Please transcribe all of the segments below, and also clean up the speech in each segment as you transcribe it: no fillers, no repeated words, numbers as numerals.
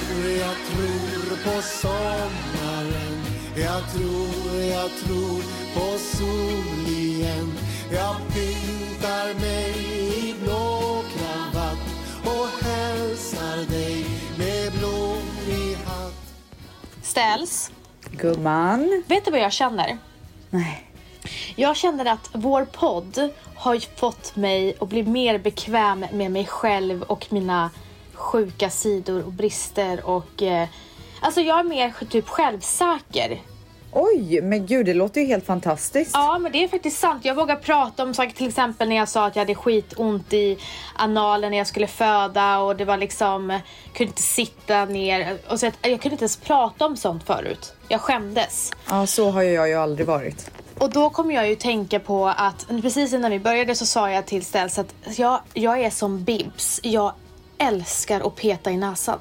tror på sommaren. Jag tror på sol igen. Jag pyntar mig i blå kravatt och hälsar dig med blommig hatt. Ställs. Gumman. Vet du vad jag känner? Nej. Jag känner att vår podd har fått mig att bli mer bekväm med mig själv och mina sjuka sidor och brister och alltså jag är mer typ självsäker. Oj, men gud, det låter ju helt fantastiskt. Ja, men det är faktiskt sant. Jag vågar prata om saker, till exempel när jag sa att jag hade skitont i analen när jag skulle föda och det var liksom, kunde inte sitta ner och så att jag kunde inte ens prata om sånt förut. Jag skämdes. Ja, så har jag ju aldrig varit. Och då kommer jag ju tänka på att precis innan vi började så sa jag till Ställs att jag är som Bibs. Jag älskar att peta i näsan.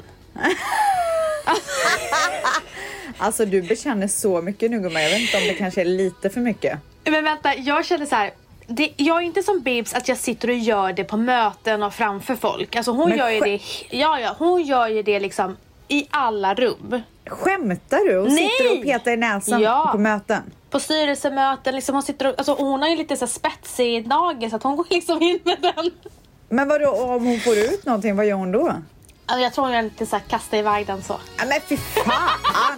Alltså du bekänner så mycket nu gumman. Jag vet inte om det kanske är lite för mycket. Men vänta, jag känner så här. Jag är inte som Bibs att jag sitter och gör det på möten och framför folk. Alltså hon gör ju det. Ja, hon gör ju det liksom i alla rum. Skämtar du? Hon sitter och petar i näsan på möten. På styrelsemöten liksom, hon sitter och, alltså hon har ju lite så spetsig nagel så att hon går liksom in med den. Men vadå, om hon får ut någonting, vad gör hon då? Alltså jag tror hon är lite så här, kasta iväg den så. Ja, men fy fan!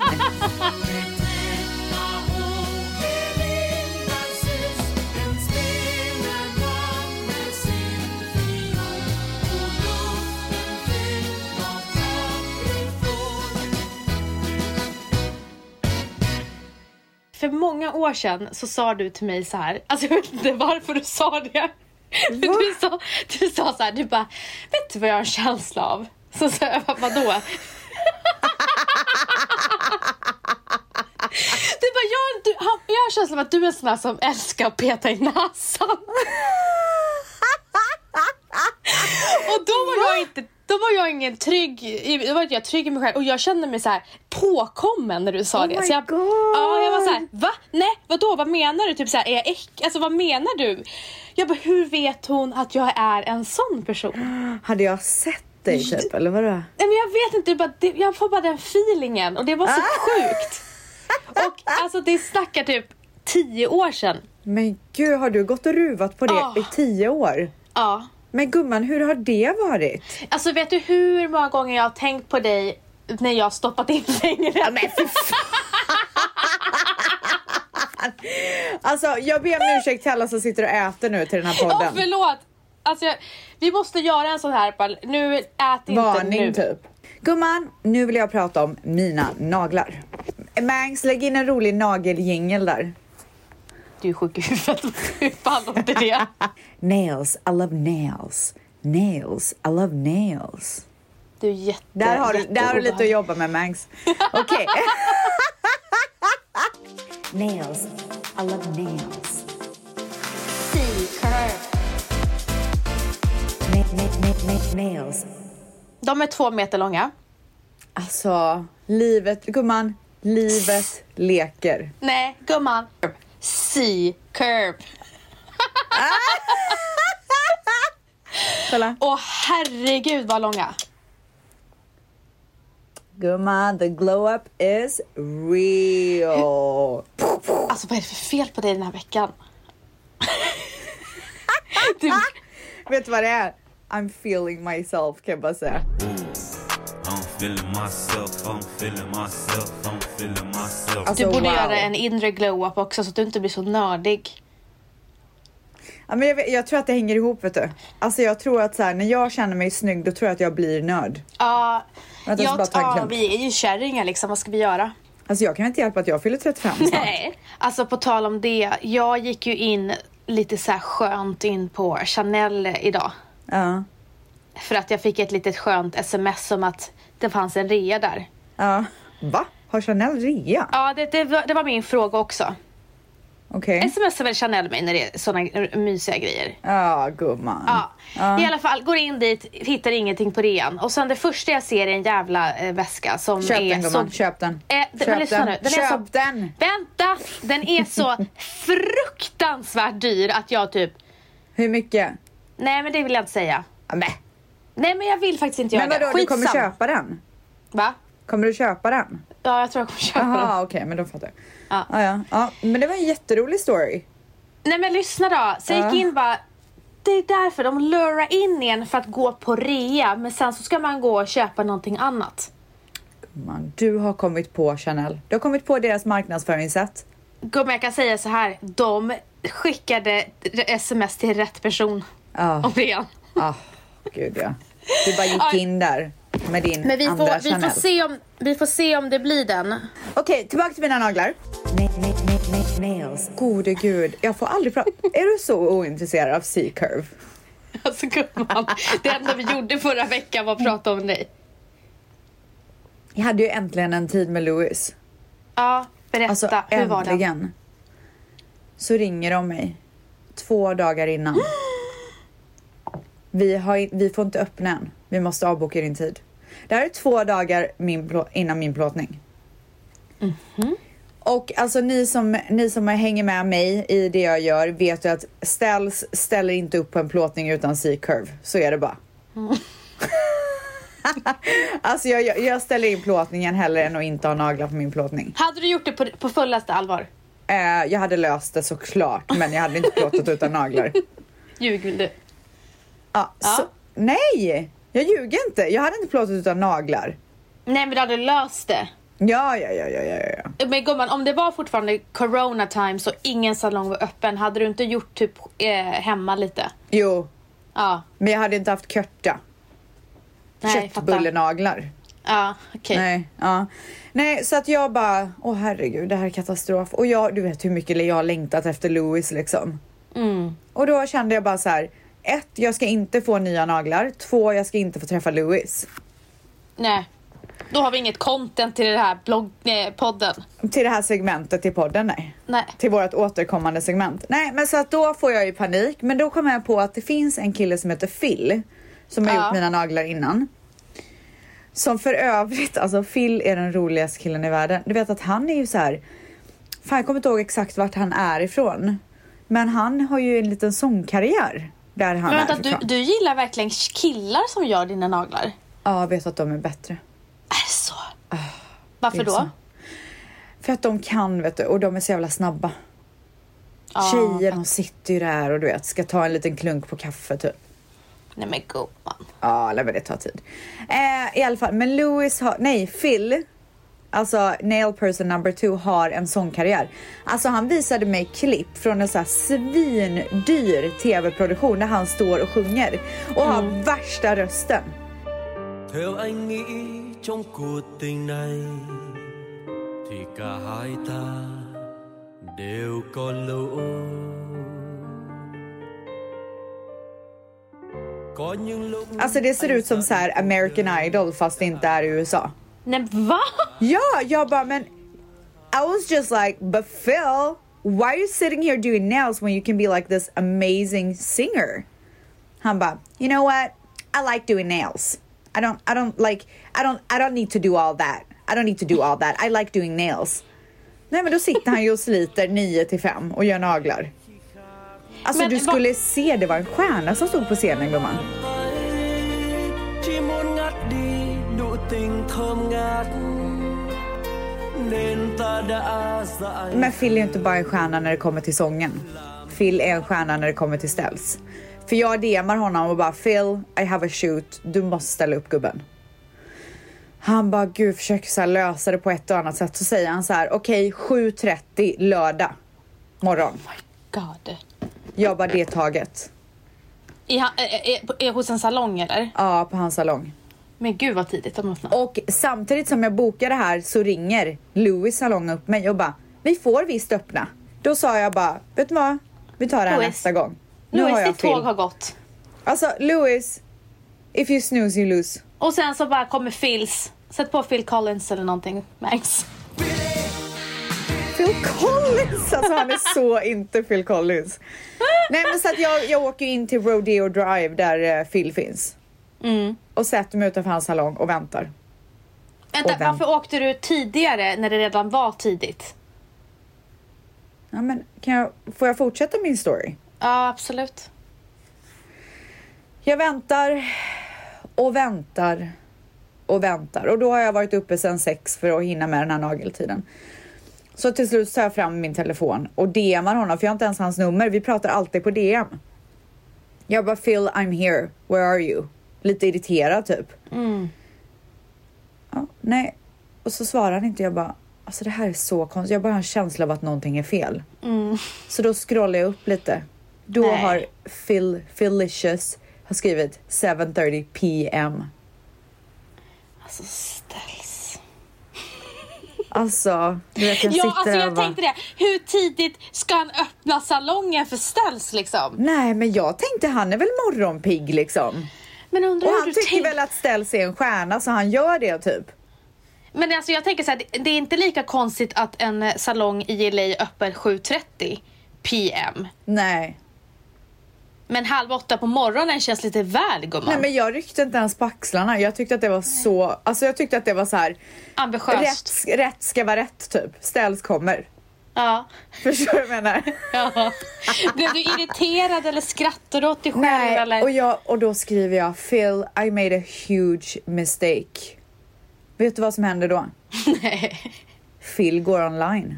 För många år sedan så sa du till mig så här. Alltså jag vet inte varför du sa det. Du sa så här, du bara, vet du vad jag har en känsla av? Så sa jag, vadå? Du bara, jag har en känsla av att du är sån här som älskar att peta i näsan. Och då var jag ingen trygg. Då var jag trygg i mig själv. Och jag kände mig så här påkommen när du sa det. Så jag var så här, va? Nej, vadå? Vad menar du? Typ så här, är jag alltså vad menar du? Jag bara, hur vet hon att jag är en sån person? Hade jag sett dig typ, eller vadå? Nej, men jag vet inte. Jag får bara den feelingen. Och det var så sjukt. Och alltså det snackar typ 10 år sedan. Men gud, har du gått och ruvat på det i 10 år? Ja. Men gumman, hur har det varit? Alltså vet du hur många gånger jag har tänkt på dig när jag har stoppat in fingret? Ja, men fy fan. Alltså jag ber om ursäkt till alla som sitter och äter nu till den här podden. Förlåt. Alltså vi måste göra en sån här. Nu ät inte varning nu. Typ. Gumman, nu vill jag prata om mina naglar. Mangs, lägg in en rolig nageljingel där. Du är sjuk i huvudet. Hur fan låter det? Nails, I love nails. Nails, I love nails. Du är där har du lite att jobba med, Mangs. Okej. Nails, I love nails. Nails. De är 2 meter långa. Alltså, gumman, livet leker. Nej, gumman. C-curve. Åh herregud vad långa. Gumman, the glow up is real. Alltså vad är det för fel på dig den här veckan? Vet du vad det är? I'm feeling myself, kan jag bara säga. Alltså, du borde göra en inre glow up också så att du inte blir så nördig. Ja, men jag tror att det hänger ihop, vet du. Alltså jag tror att så här, när jag känner mig snygg, då tror jag att jag blir nörd. Ja, vi är ju kärringar liksom, vad ska vi göra? Alltså jag kan inte hjälpa att jag fyller 35 snart. Nej, alltså på tal om det, jag gick ju in lite så här skönt in på Chanel idag. Ja. För att jag fick ett litet skönt sms om att det fanns en rea där. Ja. Va? Har Chanel rea? Ja, det var min fråga också. Okej. Smsar väl Chanel mig när det är såna mysiga grejer. Ja, gumman. Ja. I alla fall, går in dit, hittar ingenting på rean. Och sen det första jag ser är en jävla väska som köp är den, gumman. Köp den. Köp den. Vänta, den är så fruktansvärt dyr att jag typ... Hur mycket? Nej, men det vill jag inte säga. Nej. Nej, men jag vill faktiskt inte göra det. Men vadå, du kommer köpa den? Va? Kommer du köpa den? Ja, jag tror jag kommer köpa den. Jaha, okej, men då fattar jag. Ja. Ja, men det var en jätterolig story. Nej men lyssna då. Så jag gick in bara. Det är därför de lurar in en för att gå på rea. Men sen så ska man gå och köpa någonting annat. Man, du har kommit på Chanel. Du har kommit på deras marknadsföringssätt. Gumman, jag kan säga så här. De skickade sms till rätt person. Om rean. Gud ja. Du bara gick in där med din andra Chanel. Vi får se om det blir den. Okej, tillbaka till mina naglar. Nails. Gode gud, jag får aldrig prata. Är du så ointresserad av C-curve? Alltså gumman, det enda vi gjorde förra veckan var att prata om dig. Jag hade ju äntligen en tid med Louis. Ja, berätta. Alltså hur var äntligen. det? Så ringer de mig 2 dagar innan. Vi får inte öppna än. Vi måste avboka din tid. Det här är 2 dagar innan min plåtning. Och alltså ni som hänger med mig i det jag gör vet ju att ställer inte upp på en plåtning utan C-curve. Så är det bara. Alltså jag ställer in plåtningen hellre än att inte ha naglar på min plåtning. Hade du gjort det på fullaste allvar? Jag hade löst det såklart, men jag hade inte plåtat utan naglar. Ljuger du? Ja. Nej, jag ljuger inte. Jag hade inte plåtat utan naglar. Nej, men du hade löst det. Ja. Men gumman, om det var fortfarande corona time så ingen salong var öppen, hade du inte gjort typ hemma lite? Jo. Ja. Men jag hade inte haft körta. Köttbullenaglar. Ja, okej. Nej, ja. Nej, så att jag bara, herregud, det här är katastrof. Och du vet hur mycket jag har längtat efter Louis liksom. Och då kände jag bara så här: 1, jag ska inte få nya naglar. 2, jag ska inte få träffa Louis. Nej. Då har vi inget content till det här podden. Till det här segmentet i podden, nej. Till vårt återkommande segment. Nej, men så att då får jag ju panik. Men då kommer jag på att det finns en kille som heter Phil. Som har gjort mina naglar innan. Som för övrigt, alltså Phil är den roligaste killen i världen. Du vet att han är ju så här. Fan, jag kommer inte ihåg exakt vart han är ifrån. Men han har ju en liten sångkarriär. Där han är ifrån. Du gillar verkligen killar som gör dina naglar? Ja, jag vet att de är bättre. Är det så? Varför då? Så. För att de kan, vet du, och de är så jävla snabba. Tjejer, de sitter ju där och du vet, ska ta en liten klunk på kaffe typ. Nej men gumman. Ja, det tar tid. I alla fall, men Phil, alltså nail person number 2, har en sångkarriär. Alltså han visade mig klipp från en så här svindyr tv-produktion där han står och sjunger och har värsta rösten. Theo anh nghĩ trong cuộc tình này thì cả hai ta đều có lỗi. Alltså det ser ut som så här American Idol fast det inte är i USA. Nej, va? Ja, jag bara, men I was just like, but Phil, why are you sitting here doing nails when you can be like this amazing singer? Han bara, you know what? I like doing nails. I don't need to do all that. I don't need to do all that. I like doing nails. Nej, men då sitter han ju och sliter 9-5 och gör naglar. Alltså men, du skulle se, det var en stjärna som stod på scenen, gumman. Men Phil är inte bara en stjärna när det kommer till sången. Phil är en stjärna när det kommer till ställs. För jag DMar honom och bara, Phil, I have a shoot. Du måste ställa upp, gubben. Han bara, gud, försöker så här lösa det på ett och annat sätt. Så säger han så här, okej, 7:30 lördag morgon. Oh my god. Jag bara, det taget. Hos en salong eller? Ja, på hans salong. Men gud vad tidigt de öppnar. Och samtidigt som jag bokar det här så ringer Louis salong upp mig och bara, vi får visst öppna. Då sa jag bara, vet du vad? Vi tar det här nästa gång. Louis, ditt tåg har gått. Alltså, Louis, if you snooze you lose. Och sen så bara kommer Phils. Sätt på Phil Collins eller någonting, Max. Phil Collins, alltså han är så inte Phil Collins. Nej, men så att jag åker in till Rodeo Drive där Phil finns. Och sätter mig utanför hans salong och väntar. Vänta, varför åkte du tidigare när det redan var tidigt? Ja, men får jag fortsätta min story? Ja, absolut. Jag väntar och väntar och väntar. Och då har jag varit uppe sedan 6 för att hinna med den här nageltiden. Så till slut tar jag fram min telefon och DMar honom, för jag har inte ens hans nummer. Vi pratar alltid på DM. Jag bara, Phil, I'm here. Where are you? Lite irriterad typ. Ja, nej. Och så svarar han inte. Jag bara, alltså det här är så konstigt. Jag bara har en känsla av att någonting är fel. Så då scrollar jag upp lite. Då har Philicious har skrivit 7:30 p.m. Alltså ställs. Alltså, du vet, jag tänkte det. Hur tidigt ska han öppna salongen för ställs liksom? Nej, men jag tänkte han är väl morgonpigg liksom. Men undrar och hur han du tycker väl att ställs är en stjärna, så han gör det typ. Men alltså jag tänker så här, det är inte lika konstigt att en salong i LA öppnar 7:30 p.m. Nej. Men 7:30 på morgonen känns lite väl, gumman. Nej, men jag ryckte inte ens på axlarna. Jag tyckte att det var så... Alltså jag tyckte att det var så här... ambitiöst. Rätt ska vara rätt typ. Ställs kommer. Ja. Förstår du vad jag menar? Ja. Blev du irriterad eller skrattade åt dig själv? Nej, eller? och då skriver jag, Phil, I made a huge mistake. Vet du vad som händer då? Nej. Phil går online.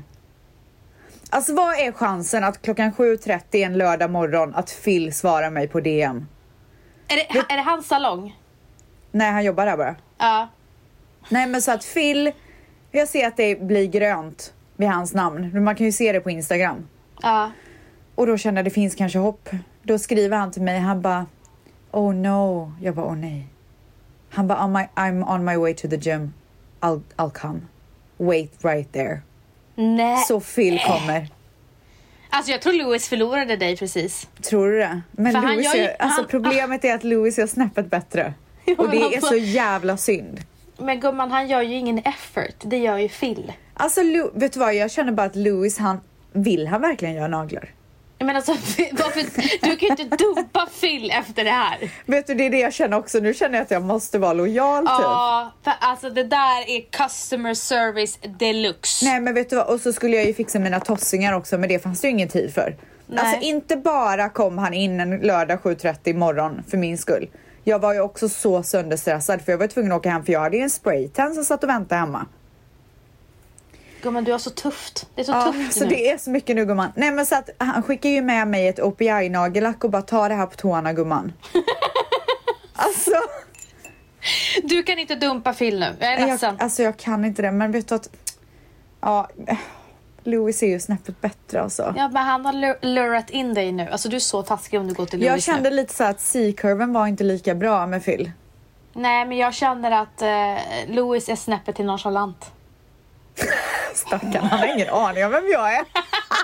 Alltså vad är chansen att klockan 7:30 en lördag morgon att Phil svarar mig på DM? Är det hans salong? Nej, han jobbar där bara. Ja. Nej, men så att Phil... Jag ser att det blir grönt vid hans namn. Man kan ju se det på Instagram. Ja. Och då känner jag, det finns kanske hopp. Då skriver han till mig, han bara, oh no. Jag bara, oh nej. Han bara, I'm on my way to the gym. I'll come. Wait right there. Nej. Så Phil kommer. Alltså jag tror Louis förlorade dig precis. Tror du det? Men För Louis problemet är att Louis är snäppet bättre. Och det är så jävla synd. Men gumman, han gör ju ingen effort. Det gör ju Phil. Alltså, vet du vad? Jag känner bara att Louis, han verkligen göra naglar? Men alltså, du kan ju inte dumpa Phil efter det här. Vet du, det är det jag känner också. Nu känner jag att jag måste vara lojal typ. Ja, för alltså det där är customer service deluxe. Nej, men vet du vad? Och så skulle jag ju fixa mina tossingar också, men det fanns det ju ingen tid för. Nej. Alltså inte bara kom han in en lördag 7:30 morgon för min skull. Jag var ju också så sönderstressad, för jag var tvungen att åka hem, för jag hade ju en spraytan som satt och väntade hemma. Gumman, du har så tufft. Det är så tufft så nu. det är så mycket nu, gumman. Nej, men så att han skickar ju med mig ett OPI-nagellack och bara ta det här på tårna, gumman. Alltså. Du kan inte dumpa Phil nu. Jag är ledsen. Jag kan inte det, men vet du att... Ja, Louis är ju snäppet bättre alltså. Ja, men han har lurat in dig nu. Alltså du är så taskig om du går till Louis. Jag kände lite så att C-kurven var inte lika bra med Phil. Nej, men jag känner att Louis är snäppet till nonchalant. Stackarn, han har ingen aning om vem jag är.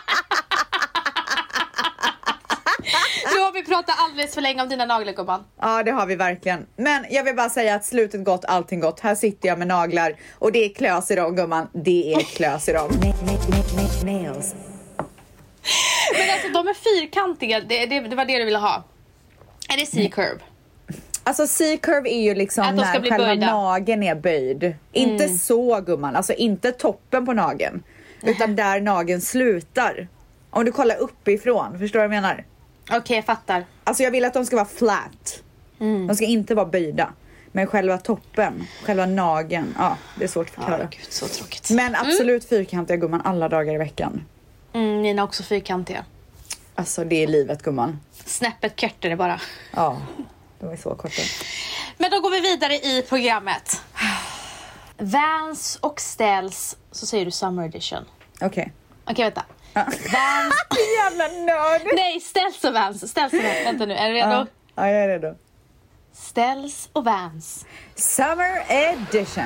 Nu har vi pratat alldeles för länge om dina naglar, gumman. Ja, det har vi verkligen. Men jag vill bara säga att slutet gott, allting gott. Här sitter jag med naglar och det är klös i dem, gumman. Det är klös i dem. Nails. Men alltså, de är fyrkantiga. Det var det du ville ha. Är det C-curve? Alltså C-curve är ju liksom att de ska när bli själva böjda. nageln är böjd. Inte så, gumman. Alltså inte toppen på nageln. Utan där nageln slutar. Om du kollar uppifrån. Förstår du vad jag menar? Okej, jag fattar. Alltså jag vill att de ska vara flat. De ska inte vara böjda. Men själva toppen, själva nageln. Ja, det är svårt att förklara. Gud, så tråkigt. Men absolut fyrkantiga, gumman, alla dagar i veckan. Mina är också fyrkantiga. Alltså det är livet, gumman. Snäppet kortare bara. Ja, de är så korta. Men då går vi vidare i programmet. Vans och Ställs, så säger du Summer Edition. Okej. Okej, vänta. Ja. Vans. Jävla nörd! Nej, Ställs och Vans. Ställs och Vans. Vänta nu, är du redo? Ja, jag är redo. Ställs och Vans. Summer Edition.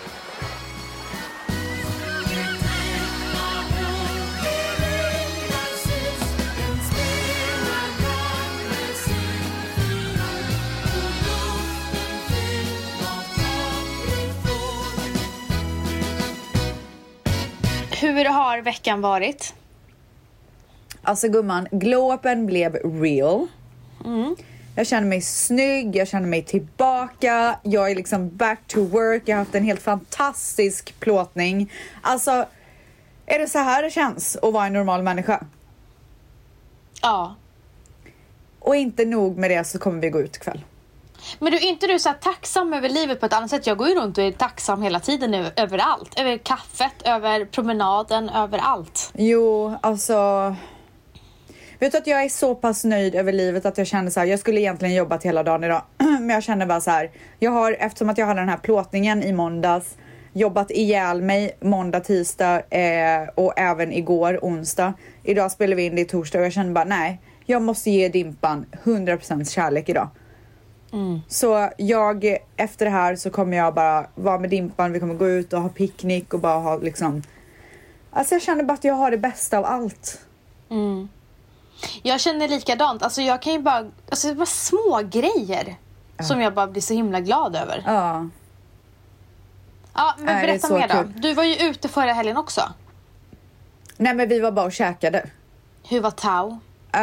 Hur har veckan varit? Alltså gumman, glow-upen blev real. Jag känner mig snygg, jag känner mig tillbaka. Jag är liksom back to work. Jag har haft en helt fantastisk plåtning. Alltså, är det så här det känns att vara en normal människa? Ja. Och inte nog med det, så kommer vi gå ut ikväll. Men du, är inte du så här tacksam över livet på ett annat sätt? Jag går ju runt och är tacksam hela tiden över allt. Över kaffet, över promenaden, över allt. Jo, alltså... Vet du att jag är så pass nöjd över livet att jag kände så här, jag skulle egentligen jobbat hela dagen idag. Men jag kände bara så här, eftersom att jag hade den här plåtningen i måndags, jobbat ihjäl mig måndag, tisdag och även igår, onsdag. Idag spelar vi in det i torsdag och jag kände bara, nej, jag måste ge Dimpan 100% kärlek idag. Så efter det här så kommer jag bara vara med Dimpan, vi kommer gå ut och ha picknick och bara ha liksom... Alltså jag känner bara att jag har det bästa av allt. Jag känner likadant. Alltså jag kan ju bara... Alltså det var små grejer som jag bara blir så himla glad över. Ja. Ja, men berätta mer då. Du var ju ute förra helgen också. Nej, men vi var bara och käkade. Hur var Tao?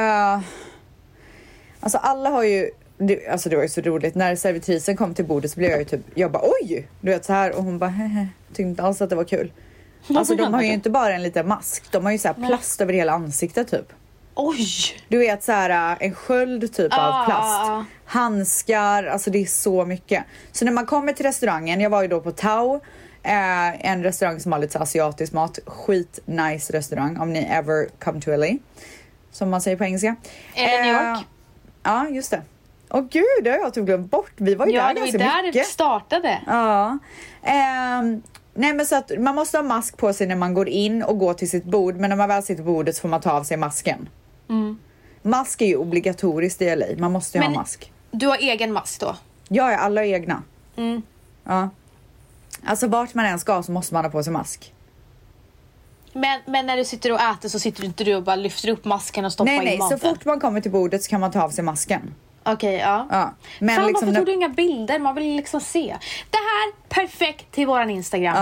Alltså alla har ju... Alltså det var ju så roligt. När servitrisen kom till bordet så blev jag ju typ... Jag bara, oj! Du vet så här. Och hon bara, hehe. Tyckte inte alls att det var kul. Alltså de har ju inte bara en liten mask. De har ju så här plast över hela ansiktet typ. Oj! Du vet så här en sköld typ av plast. Handskar, alltså det är så mycket. Så när man kommer till restaurangen, jag var ju då på Tao, en restaurang som har lite asiatisk mat. Skit nice restaurang om ni ever come to LA. Som man säger på engelska. Eller New York. Ja, just det. Åh gud, det har jag typ glömt bort. Vi var ju där ganska mycket. Ja, det var där det startade. Ja. Nej, men så att man måste ha mask på sig när man går in och går till sitt bord. Men när man väl sitter på bordet så får man ta av sig masken. Mask är ju obligatoriskt i LA. Man måste ju ha mask. Du har egen mask då? Ja, alla har egna. Ja. Alltså vart man än ska så måste man ha på sig mask. Men när du sitter och äter så sitter inte du och bara lyfter upp masken och stoppar in maten? Nej, så fort man kommer till bordet så kan man ta av sig masken. Okej, ja. Men fan, liksom varför tog du inga bilder? Man vill liksom se. Det här, perfekt till våran Instagram.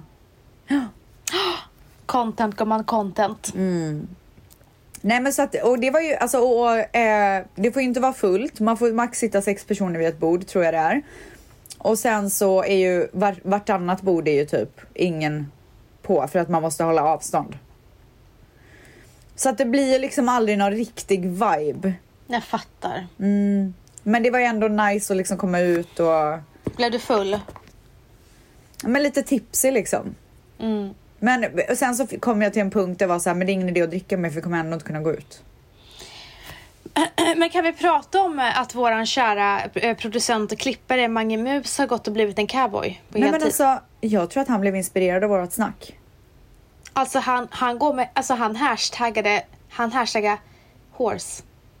Content, gumman, content. Nej, men så att, och det var ju, alltså, det får ju inte vara fullt. Man får max sitta 6 personer vid ett bord, tror jag det är. Och sen så är ju, vartannat bord är ju typ ingen på, för att man måste hålla avstånd. Så att det blir liksom aldrig någon riktig vibe. Jag fattar. Men det var ju ändå nice att liksom komma ut och... Blev du full? Men lite tipsig liksom. Men sen så kom jag till en punkt där det var så här, men det är ingen idé att dricka med för jag kommer ändå inte kunna gå ut. Men kan vi prata om att våran kära producent och klippare Mange Mus har gått och blivit en cowboy på heltid? Nej, men alltså, jag tror att han blev inspirerad av vårat snack. Alltså han går med, alltså han hashtaggar horse.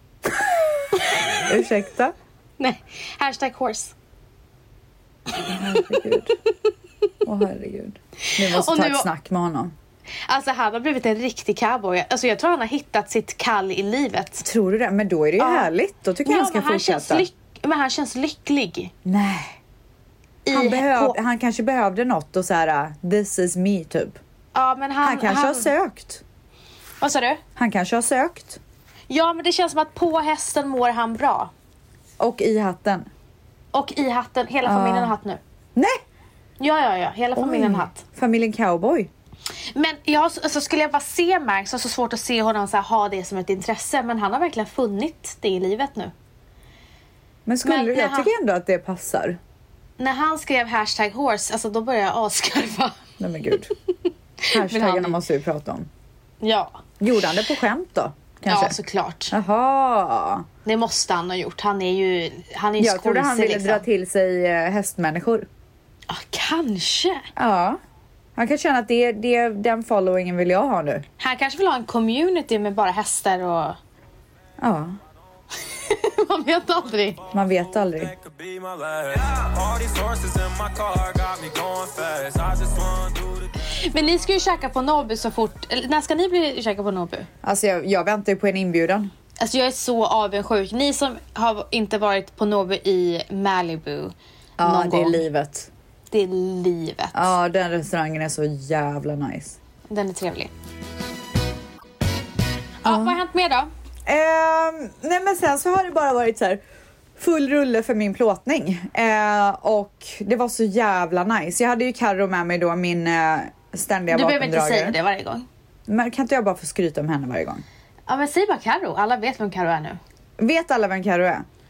Ursäkta? Nej, hashtag horse. Herregud. Herregud. Vi måste ta ett snack med honom. Alltså han har blivit en riktig cowboy. Alltså jag tror han har hittat sitt kall i livet. Tror du det? Men då är det ju härligt. Då tycker jag han ska fortsätta. Men han känns lycklig. Nej. Han kanske behövde något och så här, this is me typ. Ja, men han kanske har sökt. Vad sa du? Han kanske har sökt. Ja, men det känns som att på hästen mår han bra. Och i hatten. Hela familjen har hatt nu. Nej. Ja, hela familjen har hatt. Familjen cowboy. Men alltså, skulle jag bara se Max, så svårt att se honom så här, ha det som ett intresse. Men han har verkligen funnit det i livet nu. Men jag tycker ändå att det passar. När han skrev hashtag horse, alltså då började jag askarva. Nej men gud. Hashtaggarna måste vi prata om. Ja. Gjorde han det på skämt då? Kanske? Ja, såklart. Jaha. Det måste han ha gjort. Han är ju jag trodde han ville dra till sig hästmänniskor. Ja, kanske. Ja. Han kan känna att den followingen vill jag ha nu. Han kanske vill ha en community med bara hästar och... Ja. Man vet aldrig. Man vet aldrig. Men ni ska ju käka på Nobu så fort. När ska ni käka på Nobu? Alltså jag väntar ju på en inbjudan. Alltså jag är så avundsjuk. Ni som har inte varit på Nobu i Malibu. Ja, det är livet. Det är livet. Ja, den restaurangen är så jävla nice. Den är trevlig. Ja, vad har hänt mer då? Nej, men sen så har det bara varit så här full rulle för min plåtning. Och det var så jävla nice. Jag hade ju Karo med mig då, min ständiga vapendragare. Du behöver inte säga det varje gång. Men kan inte jag bara få skryta om henne varje gång? Ja, men säg bara Karo. Alla vet vem Karo är nu. Vet alla vem Karo är?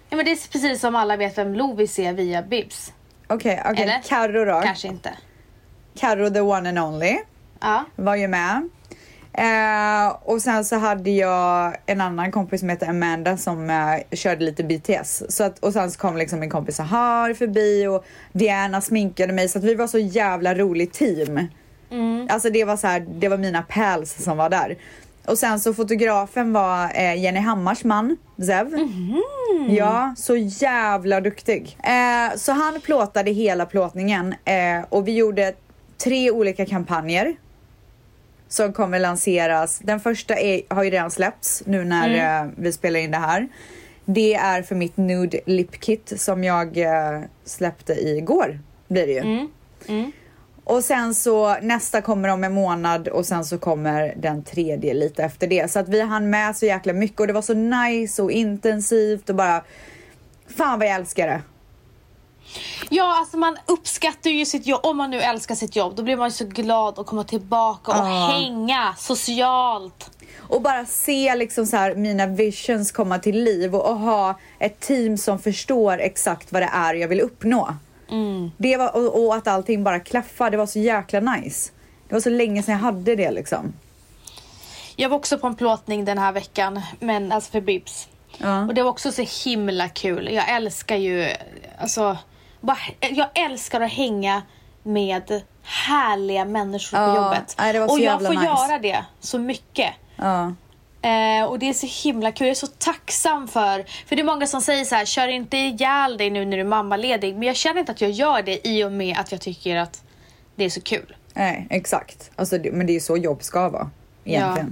Ja, men det är precis som alla vet vem Lovis är via Bibs. Okej. Eller? Carro då. Kanske inte. Carro the one and only. Ja. Var ju med. Och sen så hade jag en annan kompis som heter Amanda som körde lite BTS. Och sen så kom liksom min kompis Sahar förbi och Diana sminkade mig. Så att vi var så jävla roligt team. Alltså det var så här, det var mina pals som var där. Och sen så fotografen var Jenny Hammars man, Zev. Ja, så jävla duktig. Så han plåtade hela plåtningen. Och vi gjorde 3 olika kampanjer som kommer lanseras. Den första har ju redan släppts nu när vi spelar in det här. Det är för mitt nude lip kit som jag släppte igår, blir det ju. Och sen så nästa kommer om en månad och sen så kommer den 3:e lite efter det. Så att vi hann med så jäkla mycket och det var så nice och intensivt och bara fan vad jag älskar det. Ja, alltså man uppskattar ju sitt jobb. Om man nu älskar sitt jobb, då blir man ju så glad att komma tillbaka och hänga socialt. Och bara se liksom så här mina visions komma till liv och ha ett team som förstår exakt vad det är jag vill uppnå. Det var, och att allting bara klaffade, det var så jäkla nice. Det var så länge sedan jag hade det liksom. Jag var också på en plåtning den här veckan, men alltså för Bibs. Och det var också så himla kul. Jag älskar ju, alltså, jag älskar att hänga med härliga människor på jobbet. Det var så och jag får nice. göra det så mycket. Och det är så himla kul. Jag är så tacksam för det är många som säger så här: kör inte ihjäl dig nu när du är mammaledig. Men jag känner inte att jag gör det i och med att jag tycker att det är så kul. Nej, exakt. Alltså, men det är ju så jobb ska vara egentligen.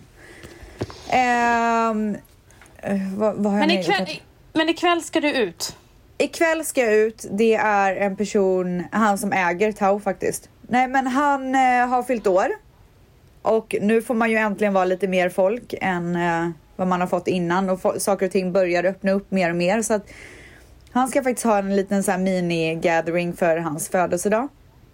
Vad har men ikväll ska du ut. Ikväll ska jag ut. Det är en person, han som äger Tau faktiskt. Nej, men han har fyllt år. Och nu får man ju äntligen vara lite mer folk än vad man har fått innan. Och saker och ting börjar öppna upp mer och mer. Så att han ska faktiskt ha en liten så här mini-gathering för hans födelsedag.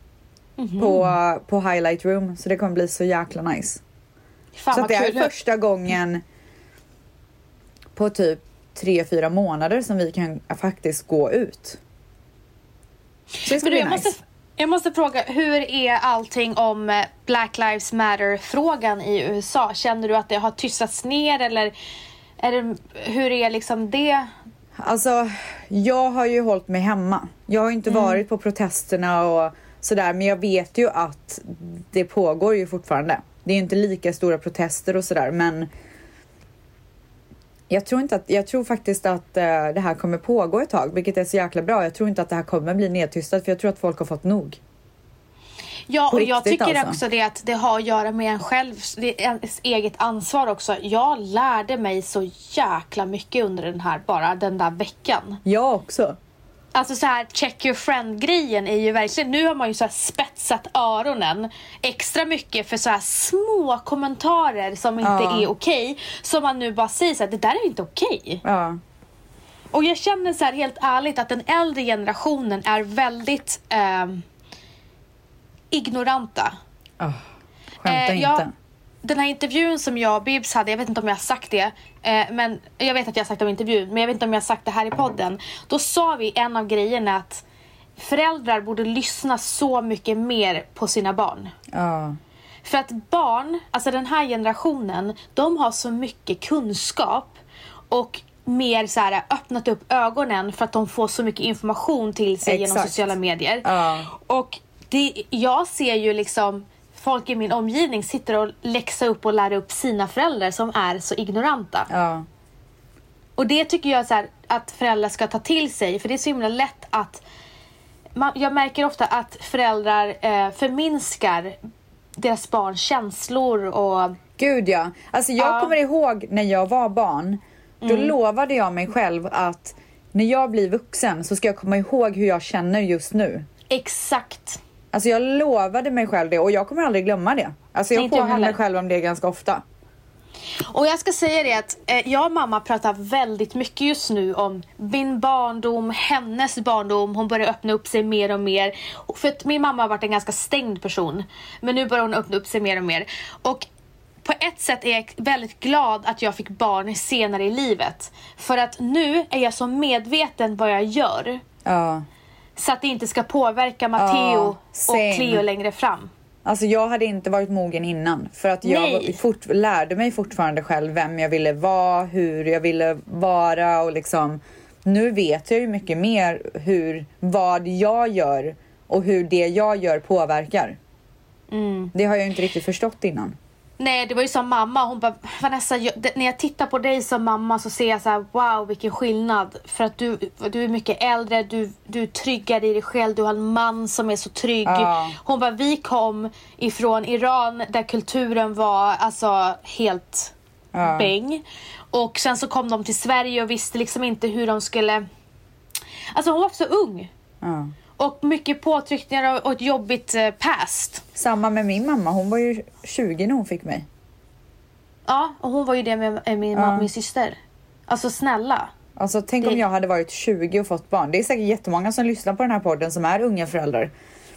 På Highlight Room. Så det kommer bli så jäkla nice. Fan, så att det är kul. första gången på typ 3-4 månader som vi kan faktiskt gå ut. Så det ska bli nice. Jag måste fråga, hur är allting om Black Lives Matter-frågan i USA? Känner du att det har tystats ner eller hur är liksom det? Alltså, jag har ju hållit mig hemma. Jag har inte varit på protesterna och sådär, men jag vet ju att det pågår ju fortfarande. Det är ju inte lika stora protester och sådär, men jag tror faktiskt att det här kommer pågå ett tag, vilket är så jäkla bra. Jag tror inte att det här kommer bli nedtystat, för jag tror att folk har fått nog. Ja, och jag tycker också det att det har att göra med en själv, det är ens eget ansvar också. Jag lärde mig så jäkla mycket under den där veckan. Jag också. Alltså så här, check your friend-grejen är ju verkligen, nu har man ju så här spetsat öronen extra mycket för så här små kommentarer som inte är okej. Som man nu bara säger så här, det där är inte okej. Och jag känner så här helt ärligt att den äldre generationen är väldigt ignoranta. Skämta inte. Den här intervjun som jag och Bibs hade, jag vet inte om jag har sagt det, men jag vet att jag har sagt om intervjun, men jag vet inte om jag har sagt det här i podden. Då sa vi en av grejerna att föräldrar borde lyssna så mycket mer på sina barn. För att barn, alltså den här generationen, de har så mycket kunskap och mer så här öppnat upp ögonen för att de får så mycket information till sig genom sociala medier. Och jag ser ju liksom folk i min omgivning sitter och läxar upp och lär upp sina föräldrar som är så ignoranta. Och det tycker jag så här, att föräldrar ska ta till sig, för det är så himla lätt att jag märker ofta att föräldrar förminskar deras barns känslor och... Gud ja. Alltså jag kommer ihåg när jag var barn, då lovade jag mig själv att när jag blir vuxen så ska jag komma ihåg hur jag känner just nu. Exakt. Alltså jag lovade mig själv det och jag kommer aldrig glömma det. Alltså jag påminner mig själv om det ganska ofta. Och jag ska säga det att jag och mamma pratar väldigt mycket just nu om min barndom, hennes barndom. Hon börjar öppna upp sig mer och mer. För att min mamma har varit en ganska stängd person. Men nu börjar hon öppna upp sig mer och mer. Och på ett sätt är jag väldigt glad att jag fick barn senare i livet. För att nu är jag så medveten vad jag gör. Ja. Så att det inte ska påverka Matteo och Cleo längre fram. Alltså jag hade inte varit mogen innan. För att jag lärde mig fortfarande själv vem jag ville vara, hur jag ville vara. Och liksom, nu vet jag ju mycket mer vad jag gör och hur det jag gör påverkar. Det har jag inte riktigt förstått innan. Nej, det var ju som mamma. Hon bara, Vanessa, när jag tittar på dig som mamma så ser jag så här, wow, vilken skillnad. För att du är mycket äldre, du är tryggare i dig själv, du har en man som är så trygg. Hon bara, vi kom ifrån Iran där kulturen var alltså helt bäng. Och sen så kom de till Sverige och visste liksom inte hur de skulle... Alltså hon var så ung. Och mycket påtryckningar och ett jobbigt past. Samma med min mamma. Hon var ju 20 när hon fick mig. Ja, och hon var ju det med min syster. Alltså snälla. Alltså tänk om jag hade varit 20 och fått barn. Det är säkert jättemånga som lyssnar på den här podden som är unga föräldrar.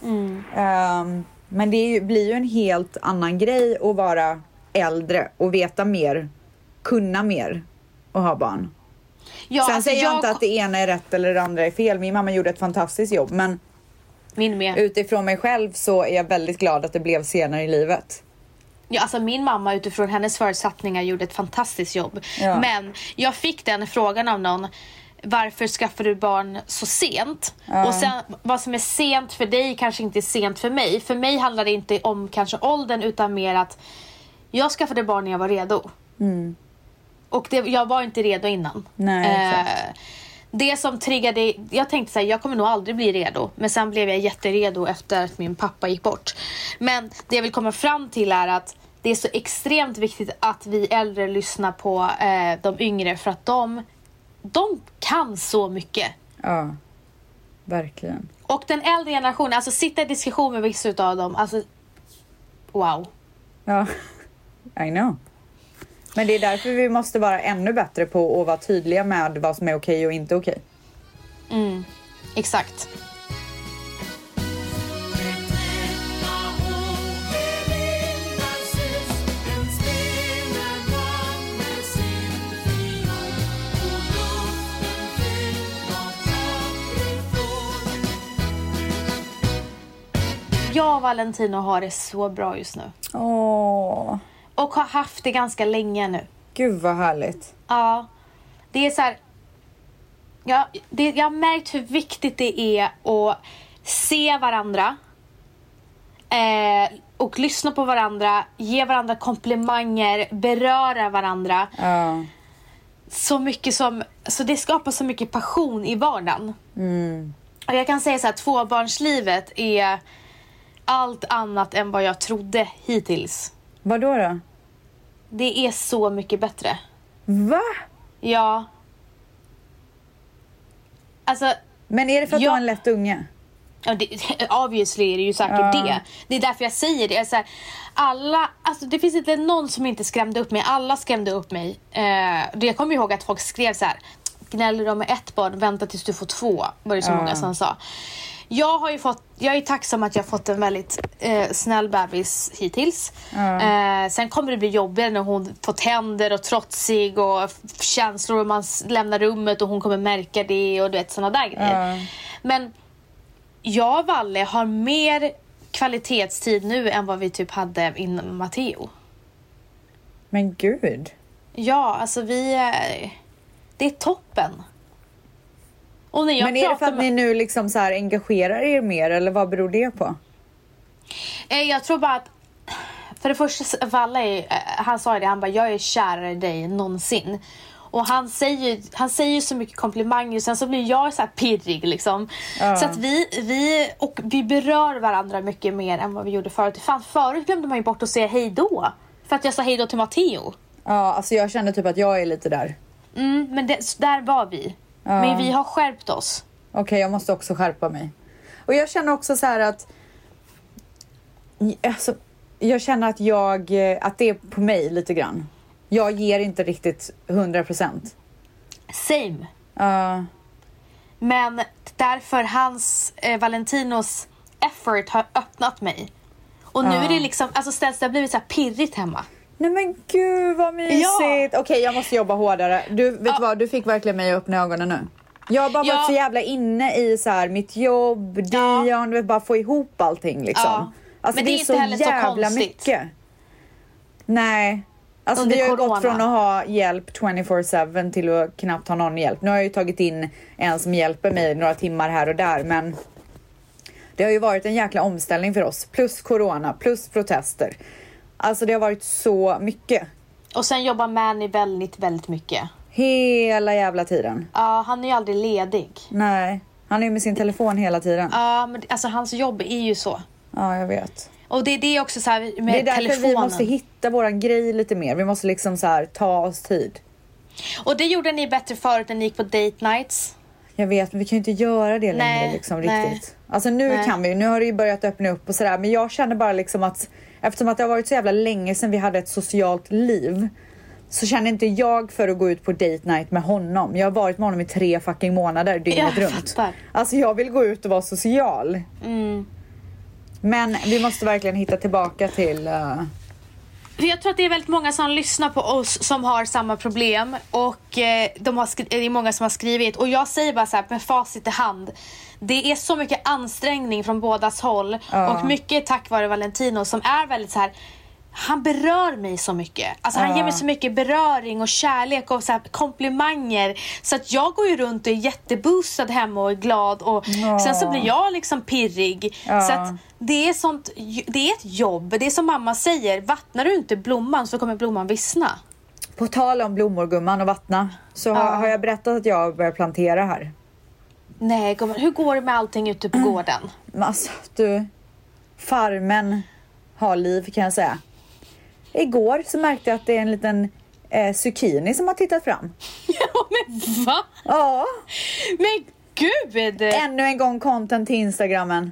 Men det blir ju en helt annan grej att vara äldre och veta mer. Kunna mer och ha barn. Ja, sen alltså säger jag inte att det ena är rätt eller det andra är fel. Min mamma gjorde ett fantastiskt jobb. Men min med. Utifrån mig själv så är jag väldigt glad att det blev senare i livet. Ja, alltså min mamma utifrån hennes förutsättningar gjorde ett fantastiskt jobb. Ja. Men jag fick den frågan av någon. Varför skaffar du barn så sent? Och sen vad som är sent för dig kanske inte är sent för mig. För mig handlar det inte om kanske åldern utan mer att jag skaffade barn när jag var redo. Och jag var inte redo innan. Nej, det som triggade... Jag tänkte så här, jag kommer nog aldrig bli redo. Men sen blev jag jätteredo efter att min pappa gick bort. Men det jag vill komma fram till är att det är så extremt viktigt att vi äldre lyssnar på de yngre. För att de kan så mycket. Ja, verkligen. Och den äldre generationen, alltså sitta i diskussion med vissa utav dem. Alltså, wow. Ja, I know. Men det är därför vi måste vara ännu bättre på att vara tydliga med vad som är okej och inte okej. Exakt. Jag och Valentino har det så bra just nu. Och har haft det ganska länge nu. Gud vad härligt. Ja. Det är så här. Jag har märkt hur viktigt det är att se varandra. Och lyssna på varandra. Ge varandra komplimanger. Beröra varandra. Så mycket som... Så det skapar så mycket passion i vardagen. Och jag kan säga så här. Tvåbarnslivet är allt annat än vad jag trodde hittills. Vadå då? Det är så mycket bättre. Va? Ja. Alltså... Men är det för att du har en lätt unge? Ja, obviously är det ju säkert det. Det är därför jag säger det. Så här, alltså det finns inte någon som inte skrämde upp mig. Alla skrämde upp mig. Jag kommer ihåg att folk skrev så här: gnäller de med ett barn, vänta tills du får 2. Var det så många som sa. Jag är tacksam att jag har fått en väldigt snäll bebis hittills. Sen kommer det bli jobbigare när hon får tänder och trotsig och känslor och man lämnar rummet och hon kommer märka det och du vet såna där grejer. Men jag och Valle har mer kvalitetstid nu än vad vi typ hade innan Matteo. Men gud. Ja, alltså det är toppen. Och när jag men är det för att ni nu liksom så här engagerar er mer eller vad beror det på? Jag tror bara att för det första Valle, han sa det, han bara jag är kärare i dig än någonsin. Och han säger så mycket komplimanger och sen så blir jag så här pirrig liksom. Så att vi berör varandra mycket mer än vad vi gjorde förut. Fan, förut glömde man ju bort att säga hej då. För att jag sa hej då till Matteo. Ja, alltså jag kände typ att jag är lite där. Men där var vi. Men vi har skärpt oss. Okej, jag måste också skärpa mig. Och jag känner också så här att alltså, jag känner att att det är på mig lite grann. Jag ger inte riktigt 100%. Same. Men därför Valentinos effort har öppnat mig. Och nu är det liksom, alltså ställs det har blivit så här pirrigt hemma. Nej men gud vad mysigt. Okej, jag måste jobba hårdare. Du vet vad, du fick verkligen mig att öppna ögonen nu. Jag har bara varit så jävla inne i så här mitt jobb, Dion, du vet, bara få ihop allting liksom. Alltså men det är så jävla mycket. Nej. Alltså vi har ju gått från att ha hjälp 24/7 till att knappt ha någon hjälp. Nu har jag ju tagit in en som hjälper mig några timmar här och där, men det har ju varit en jäkla omställning för oss. Plus corona, plus protester. Alltså det har varit så mycket. Och sen jobbar Manny väldigt, väldigt mycket. Hela jävla tiden. Ja, han är ju aldrig ledig. Nej, han är ju med sin telefon hela tiden. Ja, men alltså hans jobb är ju så. Ja, jag vet. Och det är också så här med telefonen. Det är därför vi måste hitta våran grej lite mer. Vi måste liksom så här ta oss tid. Och det gjorde ni bättre förut när ni gick på date nights. Jag vet, men vi kan ju inte göra det längre liksom riktigt. Alltså nu kan vi, nu har det ju börjat öppna upp och sådär. Men jag känner bara liksom att eftersom att det har varit så jävla länge sedan vi hade ett socialt liv, så känner inte jag för att gå ut på date night med honom. Jag har varit med honom i 3 fucking månader dygnet runt. Fattar. Alltså jag vill gå ut och vara social. Men vi måste verkligen hitta tillbaka till... För jag tror att det är väldigt många som lyssnar på oss som har samma problem. Och det är många som har skrivit. Och jag säger bara så här med facit i hand. Det är så mycket ansträngning från bådas håll. Och mycket tack vare Valentino som är väldigt så här... Han berör mig så mycket. Alltså han ger mig så mycket beröring och kärlek och så här komplimanger. Så att jag går ju runt och är jätteboostad hemma och är glad. Och sen så blir jag liksom pirrig. Så att det är sånt, det är ett jobb. Det är som mamma säger. Vattnar du inte blomman så kommer blomman vissna. På tal om blommor, gumman, och vattna. Så har jag berättat att jag börjar plantera här. Nej, gumman. Hur går det med allting ute på gården? Alltså, du. Farmen har liv, kan jag säga. Igår så märkte jag att det är en liten zucchini som har tittat fram. Ja, men va? Ja. Men gud! Ännu en gång content till Instagrammen.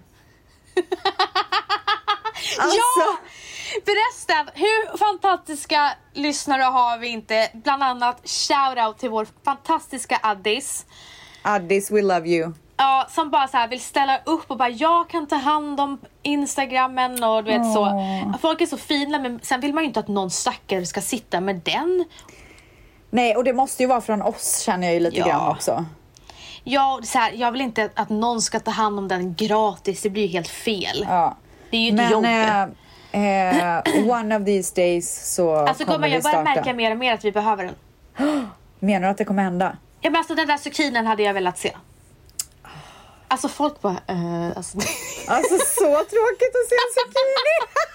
Alltså. Ja! Förresten, hur fantastiska lyssnare har vi inte? Bland annat shoutout till vår fantastiska Addis. Addis, we love you. Ja, som bara så här vill ställa upp och bara jag kan ta hand om Instagrammen och du vet så. Folk är så fina, men sen vill man ju inte att någon stackare ska sitta med den. Nej, och det måste ju vara från oss, känner jag ju lite grann också. Ja, så här, jag vill inte att någon ska ta hand om den gratis. Det blir ju helt fel. Ja. Det är ju ett jobb. One of these days så alltså, kommer vi starta. Jag börjar märka mer och mer att vi behöver den. Menar du att det kommer hända? Ja, men alltså den där zucchinen hade jag velat se. Alltså folk bara... alltså så tråkigt att se en zucchini.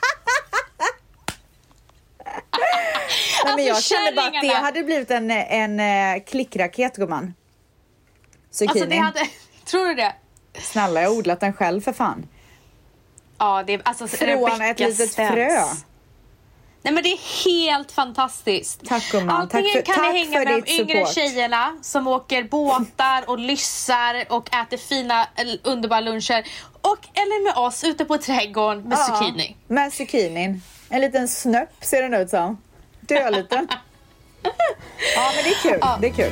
Nej, men jag kände bara att det hade blivit en klickraket, gumman. Zucchini. Alltså det hade... Tror du det? Snälla, jag har odlat den själv för fan. Ja, det är alltså... Från ett litet frö. Nej, men det är helt fantastiskt. Tack, gumman. Antingen kan ni hänga med de yngre support. tjejerna som åker båtar och lyssar och äter fina, underbara luncher. Eller med oss ute på trädgården med zucchini. Med zucchinin. En liten snöpp ser den ut som. Döliten. Ja, men det är kul. Det är kul.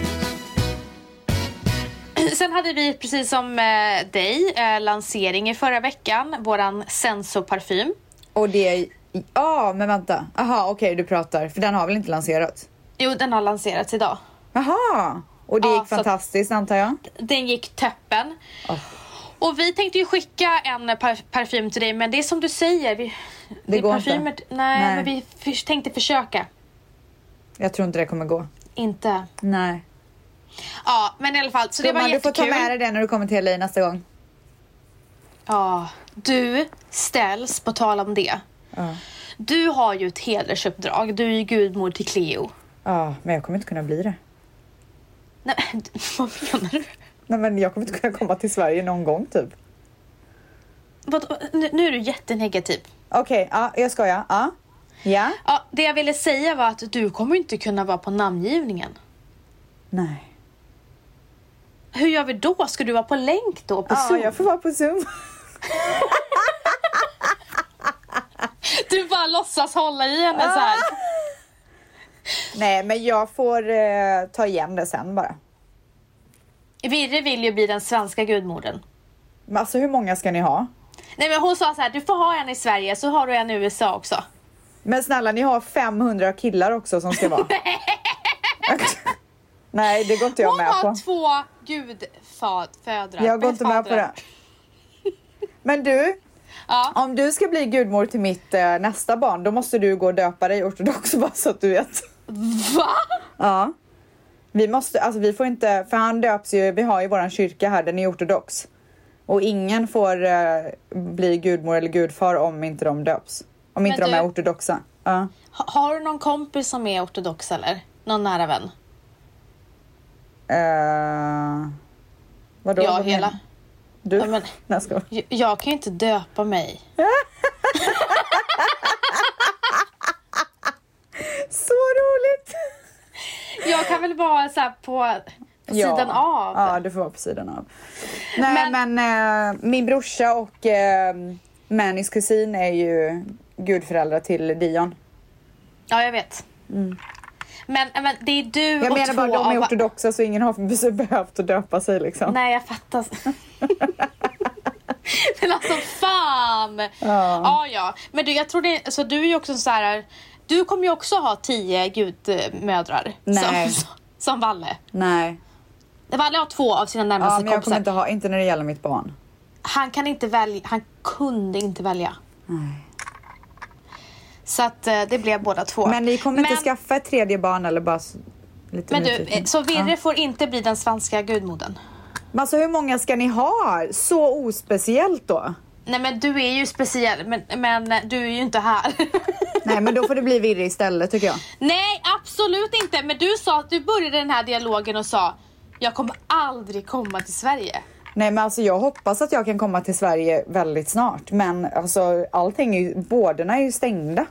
Sen hade vi precis som dig lansering i förra veckan. Våran Senso-parfym. Och det... Ja, men vänta. Aha, okej, du pratar. För den har väl inte lanserats? Jo, den har lanserats idag. Jaha, och det gick fantastiskt, antar jag? Den gick toppen. Och vi tänkte ju skicka en parfym till dig, men det är som du säger. Det går parfymer, inte. Nej, men vi tänkte försöka. Jag tror inte det kommer gå. Inte? Nej. Ja, men i alla fall. Så det var jättekul. Du får ta med dig det när du kommer till LA nästa gång. Ja, du ställs på tal om det. Du har ju ett hedersuppdrag. Du är ju gudmor till Cleo. Ja, men jag kommer inte kunna bli det. Nej, vad menar du? Nej, men jag kommer inte kunna komma till Sverige någon gång typ. Nu är du jättenegativ. Okej, ja, jag ska ja. Ja. Ja, det jag ville säga var att du kommer inte kunna vara på namngivningen. Nej. Hur gör vi då? Ska du vara på länk då? På Zoom? Ja, jag får vara på Zoom. Du bara låtsas hålla i henne så här. Nej, men jag får ta igen det sen bara. Virre vill ju bli den svenska gudmodern. Men alltså, hur många ska ni ha? Nej, men hon sa så här, du får ha en i Sverige så har du en i USA också. Men snälla, ni har 500 killar också som ska vara. Nej, det går inte jag med på. Hon har 2 gudfödrar. Jag går inte med på det. Men du, om du ska bli gudmor till mitt nästa barn, då måste du gå och döpa dig ortodox, bara så att du vet. Va? Ja. Vi måste, alltså vi får inte, för han döps ju, vi har ju våran kyrka här, den är ortodox. Och ingen får bli gudmor eller gudfar om inte de döps. Om inte de är ortodoxa. Ja. Har du någon kompis som är ortodox eller? Någon nära vän? Vadå? Ja, hela. Du? Ja, men, jag kan ju inte döpa mig. Så roligt! Jag kan väl vara så här på sidan av. Ja, du får vara på sidan av. Nej, men min brorsa och Mannys kusin är ju gudföräldrar till Dion. Ja, jag vet. Men det är du jag och menar bara de är ortodoxa, så ingen har behövt att döpa sig liksom. Nej, jag fattar. Men alltså fan. Ja. Men du, jag tror det, så du är ju också så här. Du kommer ju också ha 10 gudmödrar. Nej. Som Valle. Nej. Valle har 2 av sina närmaste kompisar. Men jag kommer inte ha, inte när det gäller mitt barn. Han kan inte välja, han kunde inte välja. Nej. Så att det blev båda 2. Men ni kommer inte skaffa ett 3:e barn eller bara lite. Men du, så Virre får inte bli den svenska gudmodern. Men alltså hur många ska ni ha? Så ospeciellt då? Nej, men du är ju speciell, men du är ju inte här. Nej, men då får det bli Virre istället tycker jag. Nej, absolut inte. Men du sa att du började den här dialogen och sa jag kommer aldrig komma till Sverige. Nej, men alltså jag hoppas att jag kan komma till Sverige väldigt snart. Men alltså allting är ju, bådarna är ju stängda.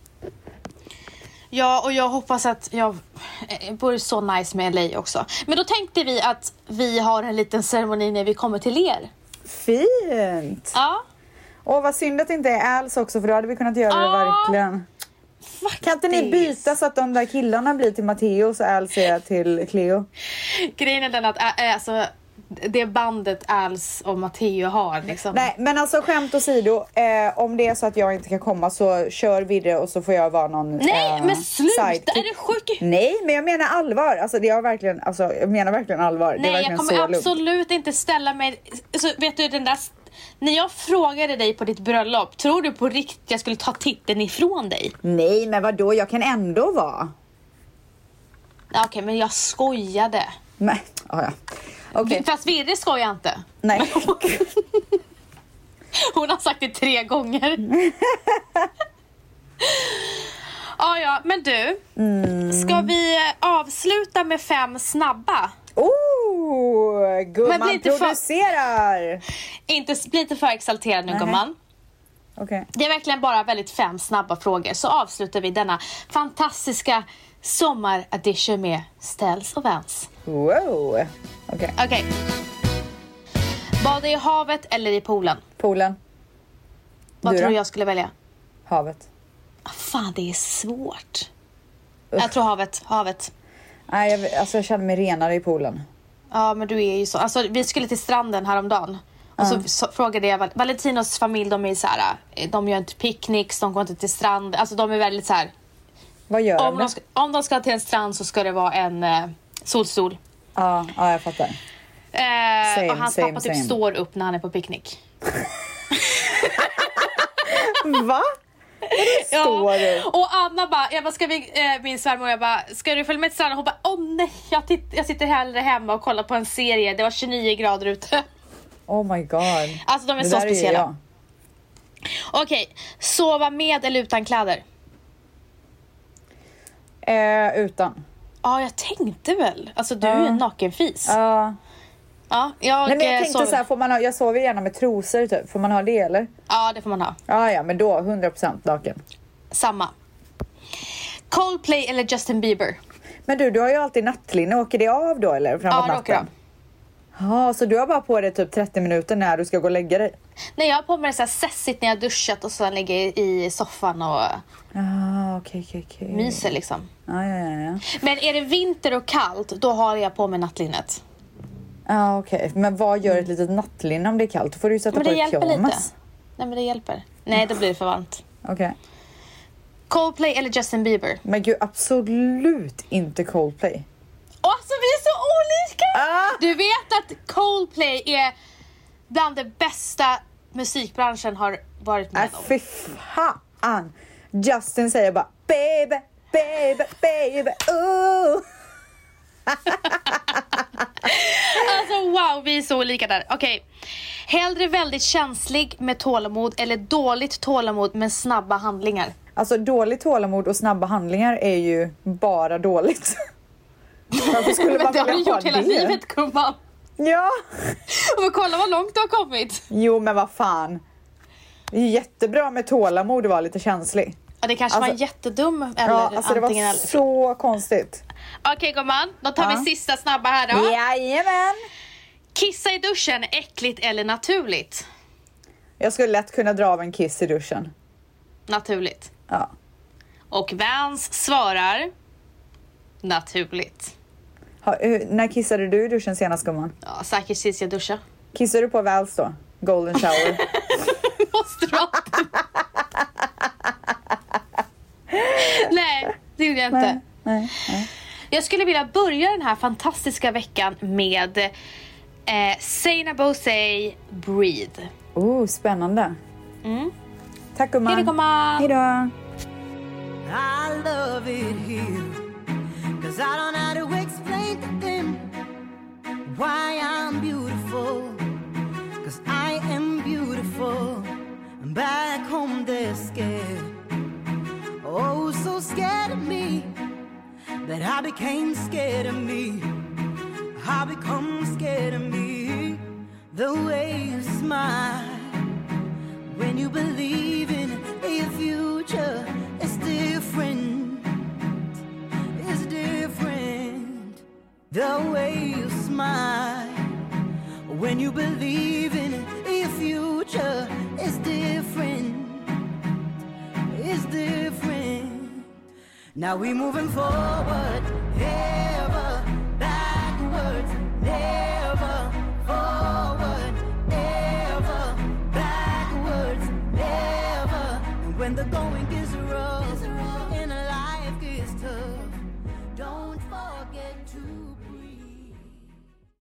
Ja, och jag hoppas att jag bor så nice med LA också. Men då tänkte vi att vi har en liten ceremoni när vi kommer till er. Fint! Ja. Och vad synd att det inte är Als också, för då hade vi kunnat göra det verkligen. Faktiskt. Kan inte ni byta så att de där killarna blir till Matteo och Als är till Cleo? Grejen är den att alltså, det bandet Als och Matteo har liksom. Nej, men alltså skämt åsido, om det är så att jag inte kan komma så kör Virre och så får jag vara någon Nej, men sluta, sidekick. är du sjuk? Nej, men jag menar allvar. Alltså det är verkligen, alltså jag menar verkligen allvar. Nej, det är verkligen jag kommer så absolut lugnt. inte ställa mig. Alltså, vet du, den där, när jag frågade dig på ditt bröllop, tror du på riktigt jag skulle ta titeln ifrån dig? Nej, men vadå? Jag kan ändå vara. Okej, men jag skojade. Men, ja. Okay. Fast Virre skojar inte. Nej. Hon har sagt det 3 gånger. Ja, men du. Ska vi avsluta med 5 snabba? Gumman producerar. Bli inte för exalterad nu, gumman. Okay. Det är verkligen bara väldigt 5 snabba frågor. Så avslutar vi denna fantastiska sommaredition med Ställs och Vans. Wow. Okej. Bada i havet eller i poolen? Poolen. Vad tror du jag skulle välja? Havet. Fan, det är svårt. Jag tror havet. Nej, jag känner mig renare i poolen. Ja, men du är ju så. Alltså, vi skulle till stranden häromdagen. Och så frågade jag Valentinos familj, de är så här, de gör inte picknicks, de går inte till strand. Alltså de är väldigt så här. Vad gör de? Om de ska till en strand så ska det vara en solstol. Ja, jag fattar. Och hans pappa typ står upp när han är på picknick. Va? Ja. Och Anna bara, ska vi, min svärmor, jag bara, ska du följa med till stranden? Hon bara, nej, jag sitter hellre hemma och kollar på en serie. Det var 29 grader ute. Oh my god. Alltså de är så speciella. Okej, sova med eller utan kläder? Utan. Ja, jag tänkte väl. Alltså du är en nakenfis. Ja. Ja, Nej, men jag tänkte så här, jag sover gärna med trosor typ. Får man ha det eller? Ja, det får man ha. Ja, men då 100% naken. Samma. Coldplay eller Justin Bieber? Men du har ju alltid nattlinne. Åker det av då eller? Framåt natten? Ja, det åker av. Ja, så du har bara på dig typ 30 minuter när du ska gå och lägga dig? Nej, jag har på mig det så här sessigt när jag duschat och sen ligger i soffan och okej. myser liksom. Ja. Men är det vinter och kallt, då har jag på mig nattlinnet. Ja, okej. Men vad gör ett litet nattlinne om det är kallt? Då får du sätta på ett pyjamas. Nej, men det hjälper. Nej, då blir det för varmt. Okej. Coldplay eller Justin Bieber? Men gud, absolut inte Coldplay. Alltså vi är så olika! Ah! Du vet att Coldplay är bland det bästa musikbranschen har varit med om. Fy fan. Justin säger bara baby, baby, baby, ooh. Alltså wow, vi är så olika där. Okej. Hellre väldigt känslig med tålamod eller dåligt tålamod med snabba handlingar? Alltså dåligt tålamod och snabba handlingar är ju bara dåligt. Varför skulle man Men det har du vilja ha gjort hela det? livet, gumman. Ja. Och kolla vad långt du har kommit. Jo, men vad fan. Det är jättebra med tålamod och vara lite känslig. Ja, det kanske var Alltså- jättedum eller Ja, alltså det var antingen eller. så konstigt. Okej gumman, då tar Ja. vi sista snabba här då. Jajamän. Kissa i duschen, äckligt eller naturligt? Jag skulle lätt kunna dra av en kiss i duschen. Naturligt. Ja. Och Vans svarar naturligt. När kissade du i duschen senast, gumman? Ja, säkert sist jag duschade. Kissade du på Vals då? Golden shower. Måste du ha? Nej, det gjorde jag inte. Nej. Jag skulle vilja börja den här fantastiska veckan med Seinabo Bose Breathe. Spännande. Tack, gumman. Hej då, gumman. Hej då. I love it here, 'cause I don't know how to explain to them why I'm beautiful, 'cause I am beautiful. And back home they're scared, oh so scared of me, that I became scared of me. I become scared of me. The way you smile when you believe in a future is different, is different. The way you smile when you believe in a future is different, is different. Now we're moving forward, ever backwards, never forward, ever backwards, never. And when the going gets rough,